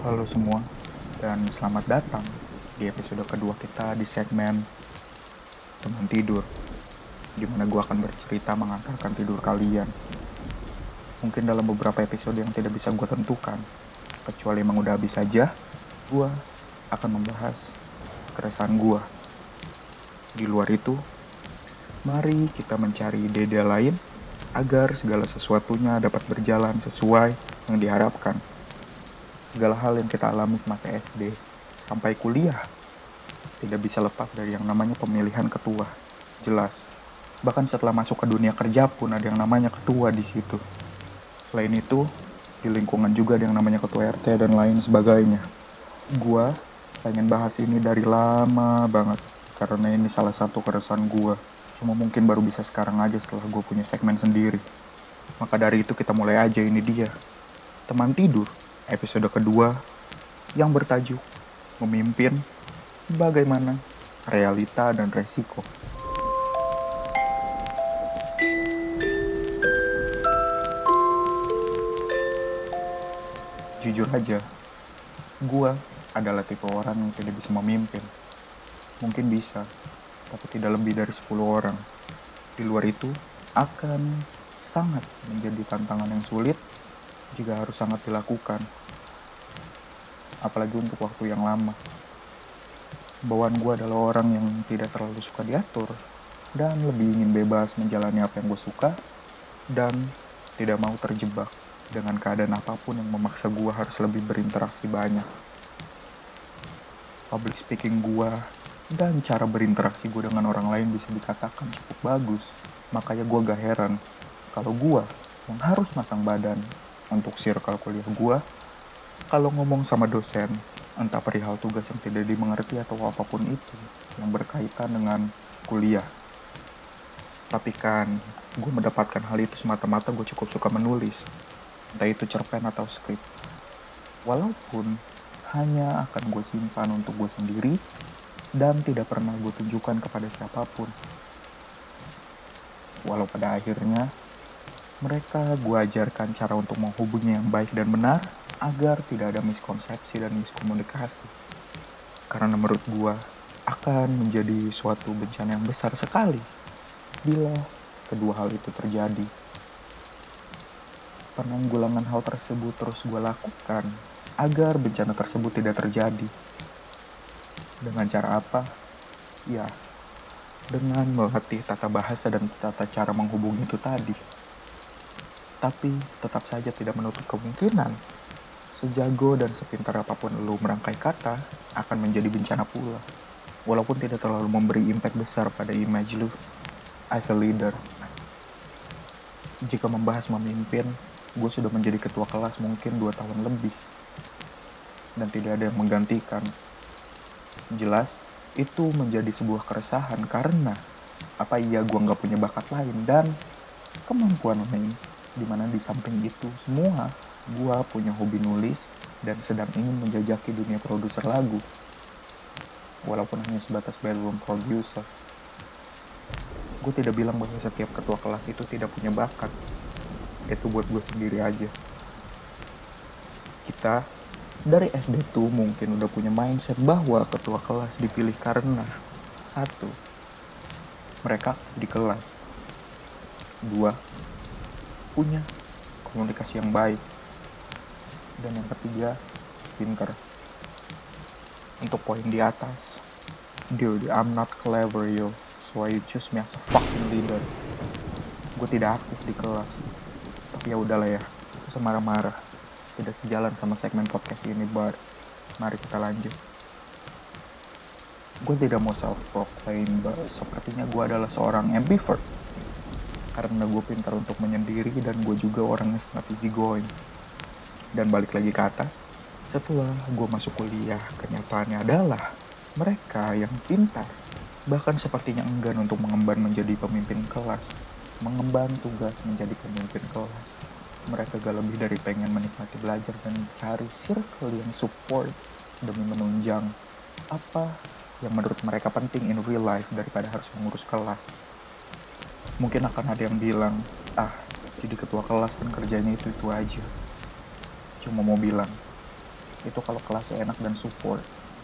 Halo semua, dan selamat datang di episode kedua kita di segmen Teman Tidur, di mana gue akan bercerita mengantarkan tidur kalian. Mungkin dalam beberapa episode yang tidak bisa gue tentukan, kecuali emang udah habis saja, gue akan membahas keresahan gue. Di luar itu, mari kita mencari ide lain agar segala sesuatunya dapat berjalan sesuai yang diharapkan. Segala hal yang kita alami semasa SD sampai kuliah tidak bisa lepas dari yang namanya pemilihan ketua. Jelas. Bahkan setelah masuk ke dunia kerja pun ada yang namanya ketua di situ. Selain itu, di lingkungan juga ada yang namanya ketua RT dan lain sebagainya. Gua pengen bahas ini dari lama banget karena ini salah satu keresahan gua. Cuma mungkin baru bisa sekarang aja setelah gue punya segmen sendiri. Maka dari itu kita mulai aja, ini dia. Teman Tidur, episode kedua yang bertajuk Memimpin Bagaimana Realita dan Resiko. Jujur aja, gue adalah tipe orang yang tidak bisa memimpin. Mungkin bisa, tapi tidak lebih dari 10 orang. Di luar itu, akan sangat menjadi tantangan yang sulit jika harus sangat dilakukan. Apalagi untuk waktu yang lama. Bawaan gue adalah orang yang tidak terlalu suka diatur, dan lebih ingin bebas menjalani apa yang gue suka, dan tidak mau terjebak dengan keadaan apapun yang memaksa gue harus lebih berinteraksi banyak. Public speaking gue dan cara berinteraksi gue dengan orang lain bisa dikatakan cukup bagus. Makanya gue gak heran kalau gue yang harus masang badan untuk circle kuliah gue, kalau ngomong sama dosen, entah perihal tugas yang tidak dimengerti atau apapun itu yang berkaitan dengan kuliah. Tapi kan, gue mendapatkan hal itu semata-mata gue cukup suka menulis, entah itu cerpen atau skrip. Walaupun hanya akan gue simpan untuk gue sendiri dan tidak pernah gue tunjukkan kepada siapapun. Walau pada akhirnya, mereka gue ajarkan cara untuk menghubungi yang baik dan benar agar tidak ada miskonsepsi dan miskomunikasi. Karena menurut gue akan menjadi suatu bencana yang besar sekali bila kedua hal itu terjadi. Penanggulangan hal tersebut terus gue lakukan agar bencana tersebut tidak terjadi. Dengan cara apa? Ya, dengan melatih tata bahasa dan tata cara menghubungi itu tadi. Tapi tetap saja tidak menutup kemungkinan sejago dan sepintar apapun lu merangkai kata akan menjadi bencana pula. Walaupun tidak terlalu memberi impact besar pada image lu as a leader. Jika membahas memimpin, gue sudah menjadi ketua kelas mungkin 2 tahun lebih. Dan tidak ada yang menggantikan. Jelas, itu menjadi sebuah keresahan karena apa iya gue gak punya bakat lain dan kemampuan lain. Dimana di samping itu semua, gue punya hobi nulis dan sedang ingin menjajaki dunia produser lagu. Walaupun hanya sebatas bedroom producer. Gue tidak bilang bahwa setiap ketua kelas itu tidak punya bakat. Itu buat gue sendiri aja. Kita dari SD tuh mungkin udah punya mindset bahwa ketua kelas dipilih karena 1. Mereka di kelas. 2. Punya komunikasi yang baik. Dan yang ketiga, pinter. Untuk poin di atas, dude, I'm not clever yo, so you choose me as a fucking leader. Gue tidak aktif di kelas, tapi ya udahlah ya, semarah-marah. Tidak sejalan sama segmen podcast ini, but mari kita lanjut. Gue tidak mau self-proclaim, but sepertinya gue adalah seorang ambivert. Karena gue pintar untuk menyendiri dan gue juga orangnya sangat easy going. Dan balik lagi ke atas, setelah gue masuk kuliah, kenyataannya adalah mereka yang pintar, bahkan sepertinya enggan untuk mengemban menjadi pemimpin kelas, mengemban tugas menjadi pemimpin kelas. Mereka gak lebih dari pengen menikmati belajar dan cari circle yang support demi menunjang apa yang menurut mereka penting in real life daripada harus mengurus kelas. Mungkin akan ada yang bilang, jadi ketua kelas kan kerjanya itu aja. Cuma mau bilang, Itu kalau kelasnya enak dan support.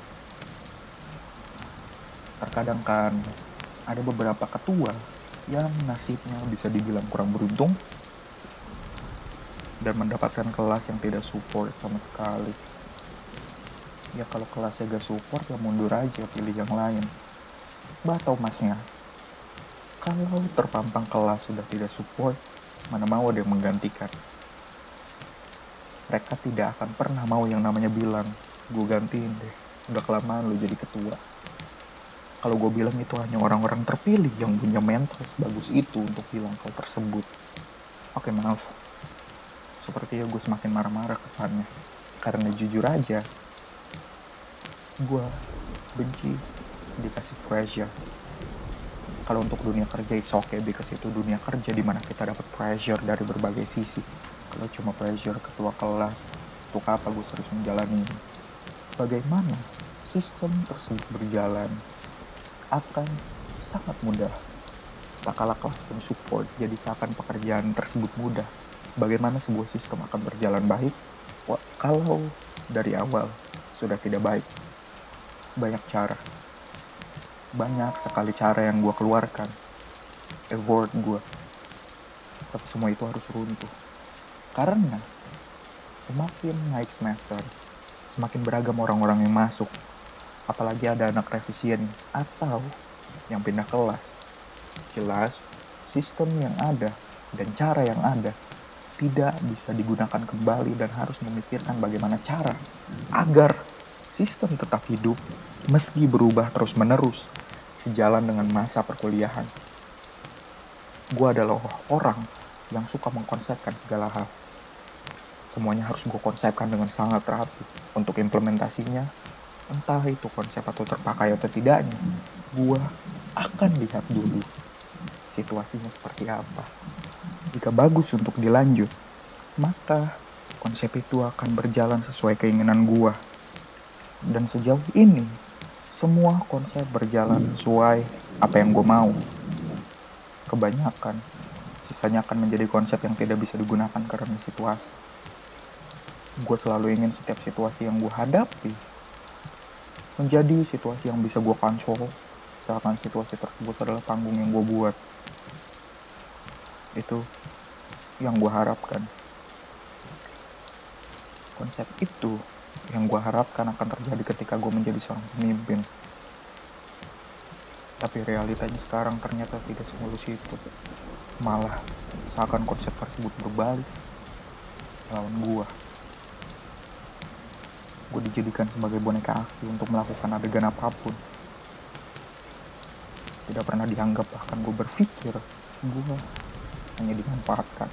Terkadang kan ada beberapa ketua yang nasibnya bisa dibilang kurang beruntung dan mendapatkan kelas yang tidak support sama sekali. Ya kalau kelasnya gak support ya mundur aja, pilih yang lain. Atau masnya, kalau terpampang kelas sudah tidak support, mana mau ada yang menggantikan. Mereka tidak akan pernah mau yang namanya bilang, gue gantiin deh, udah kelamaan lu jadi ketua. Kalau gue bilang itu hanya orang-orang terpilih yang punya mental sebagus itu untuk bilang hal tersebut. Oke, maaf. Sepertinya gue semakin marah-marah kesannya. Karena jujur aja, gue benci dikasih pressure. Kalau untuk dunia kerja it's okay, because itu dunia kerja di mana kita dapat pressure dari berbagai sisi. Kalau cuma pressure ketua kelas, untuk apa gue terus menjalani? Bagaimana sistem tersebut berjalan akan sangat mudah. Tak kalah kelas pun support, jadi seakan pekerjaan tersebut mudah. Bagaimana sebuah sistem akan berjalan baik? Kalau dari awal sudah tidak baik. Banyak cara. Banyak sekali cara yang gue keluarkan. Effort gue. Tapi semua itu harus runtuh. Karena semakin naik semester, semakin beragam orang-orang yang masuk. Apalagi ada anak revisian atau yang pindah kelas. Jelas, sistem yang ada dan cara yang ada tidak bisa digunakan kembali dan harus memikirkan bagaimana cara agar sistem tetap hidup meski berubah terus-menerus sejalan dengan masa perkuliahan. Gue adalah orang yang suka mengkonsepkan segala hal. Semuanya harus gue konsepkan dengan sangat rapi. Untuk implementasinya, entah itu konsep atau terpakai atau tidaknya, gue akan lihat dulu situasinya seperti apa. Jika bagus untuk dilanjut, maka konsep itu akan berjalan sesuai keinginan gue. Dan sejauh ini, semua konsep berjalan sesuai apa yang gue mau. Kebanyakan, sisanya akan menjadi konsep yang tidak bisa digunakan karena situasi. Gue selalu ingin setiap situasi yang gue hadapi menjadi situasi yang bisa gue kontrol, seakan situasi tersebut adalah panggung yang gue buat. Itu yang gue harapkan. Konsep itu yang gue harapkan akan terjadi ketika gue menjadi seorang pemimpin. Tapi realitanya sekarang ternyata tidak semulus itu. Malah seakan konsep tersebut berbalik lawan gue. Gue dijadikan sebagai boneka aksi untuk melakukan adegan apapun. Tidak pernah dianggap, bahkan gue berpikir gue hanya dimanfaatkan.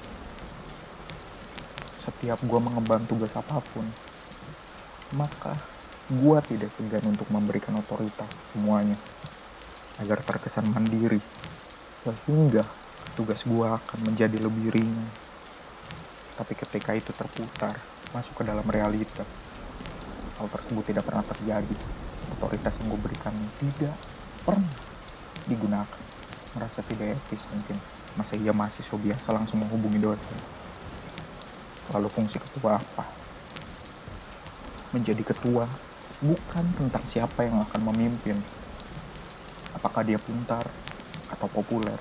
Setiap gue mengemban tugas apapun, maka gue tidak segan untuk memberikan otoritas ke semuanya agar terkesan mandiri, sehingga tugas gue akan menjadi lebih ringan. Tapi ketika itu terputar masuk ke dalam realita, hal tersebut tidak pernah terjadi. Otoritas yang gue berikan tidak pernah digunakan. Merasa tidak etis mungkin. Masa iya mahasiswa biasa langsung menghubungi dosen. Lalu fungsi ketua apa? Menjadi ketua bukan tentang siapa yang akan memimpin, apakah dia pintar atau populer.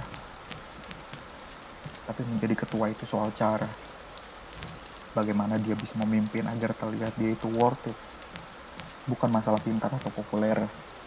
Tapi menjadi ketua itu soal cara. Bagaimana dia bisa memimpin agar terlihat dia itu worth it. Bukan masalah pintar atau populer.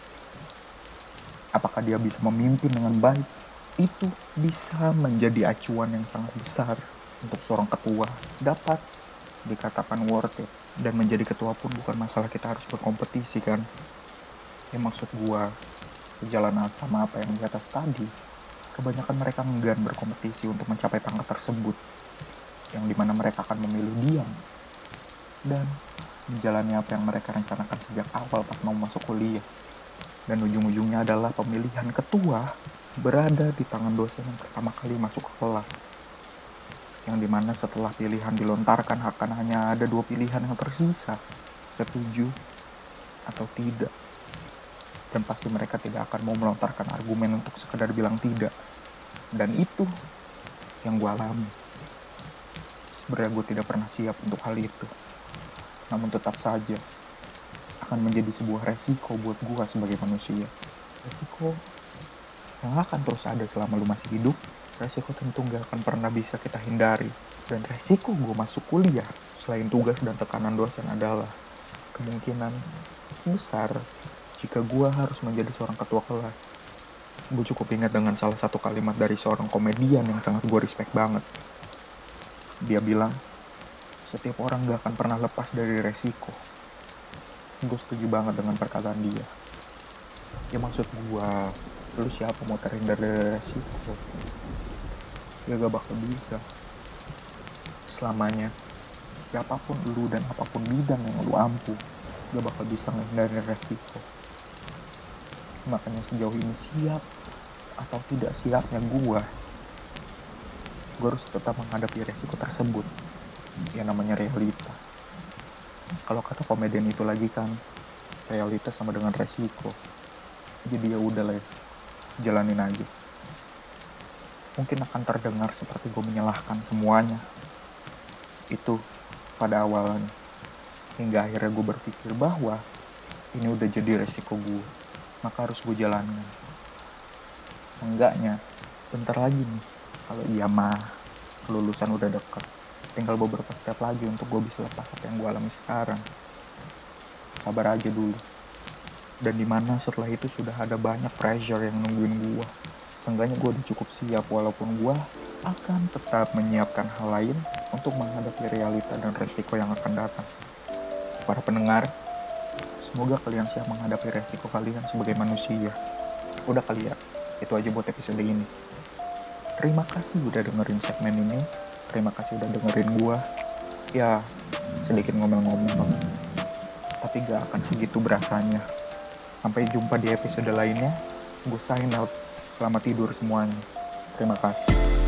Apakah dia bisa memimpin dengan baik? Itu bisa menjadi acuan yang sangat besar untuk seorang ketua dapat dikatakan worth it. Dan menjadi ketua pun bukan masalah kita harus berkompetisi kan. Ya maksud gua, sejalan sama apa yang di atas tadi, kebanyakan mereka enggan berkompetisi untuk mencapai pangkat tersebut, yang dimana mereka akan memilih diam dan menjalani apa yang mereka rencanakan sejak awal pas mau masuk kuliah. Dan ujung-ujungnya adalah pemilihan ketua berada di tangan dosen yang pertama kali masuk ke kelas, yang dimana setelah pilihan dilontarkan akan hanya ada 2 pilihan yang tersisa, setuju atau tidak. Dan pasti mereka tidak akan mau melontarkan argumen untuk sekedar bilang tidak. Dan itu yang gue alami. Sebenarnya gue tidak pernah siap untuk hal itu. namun tetap saja akan menjadi sebuah resiko buat gue sebagai manusia. Resiko yang akan terus ada selama lu masih hidup, resiko tentu gak akan pernah bisa kita hindari. Dan resiko gue masuk kuliah, selain tugas dan tekanan dosen adalah kemungkinan besar jika gue harus menjadi seorang ketua kelas. Gue cukup ingat dengan salah satu kalimat dari seorang komedian yang sangat gue respect banget. Dia bilang, setiap orang gak akan pernah lepas dari resiko. Gue setuju banget dengan perkataan dia. Ya maksud gue, lu siapa mau terhindar dari resiko? Ya gak bakal bisa. Selamanya, siapapun lu dan apapun bidang yang lu ampuh, gak bakal bisa menghindari resiko. Makanya sejauh ini siap atau tidak siapnya gue harus tetap menghadapi resiko tersebut. Ya namanya realita. Kalau kata komedian itu lagi kan, realita sama dengan resiko. Jadi ya udah lah ya, jalanin aja. Mungkin akan terdengar seperti gue menyalahkan semuanya. Itu pada awalnya. Hingga akhirnya gue berpikir bahwa ini udah jadi resiko gue, maka harus gue jalanin. Seenggaknya, bentar lagi nih, kalau iya mah, kelulusan udah dekat. Tinggal beberapa step lagi untuk gue bisa lepas apa yang gue alami sekarang. Sabar aja dulu. Dan dimana setelah itu sudah ada banyak pressure yang nungguin gue. Seenggaknya gue udah cukup siap walaupun gue akan tetap menyiapkan hal lain untuk menghadapi realita dan resiko yang akan datang. Para pendengar, semoga kalian siap menghadapi resiko kalian sebagai manusia. Udah kali ya, itu aja buat episode ini. Terima kasih udah dengerin segmen ini. Terima kasih udah dengerin gue. Ya, sedikit ngomel-ngomel, tapi gak akan segitu berasanya. Sampai jumpa di episode lainnya. Gue sign out. Selamat tidur semuanya. Terima kasih.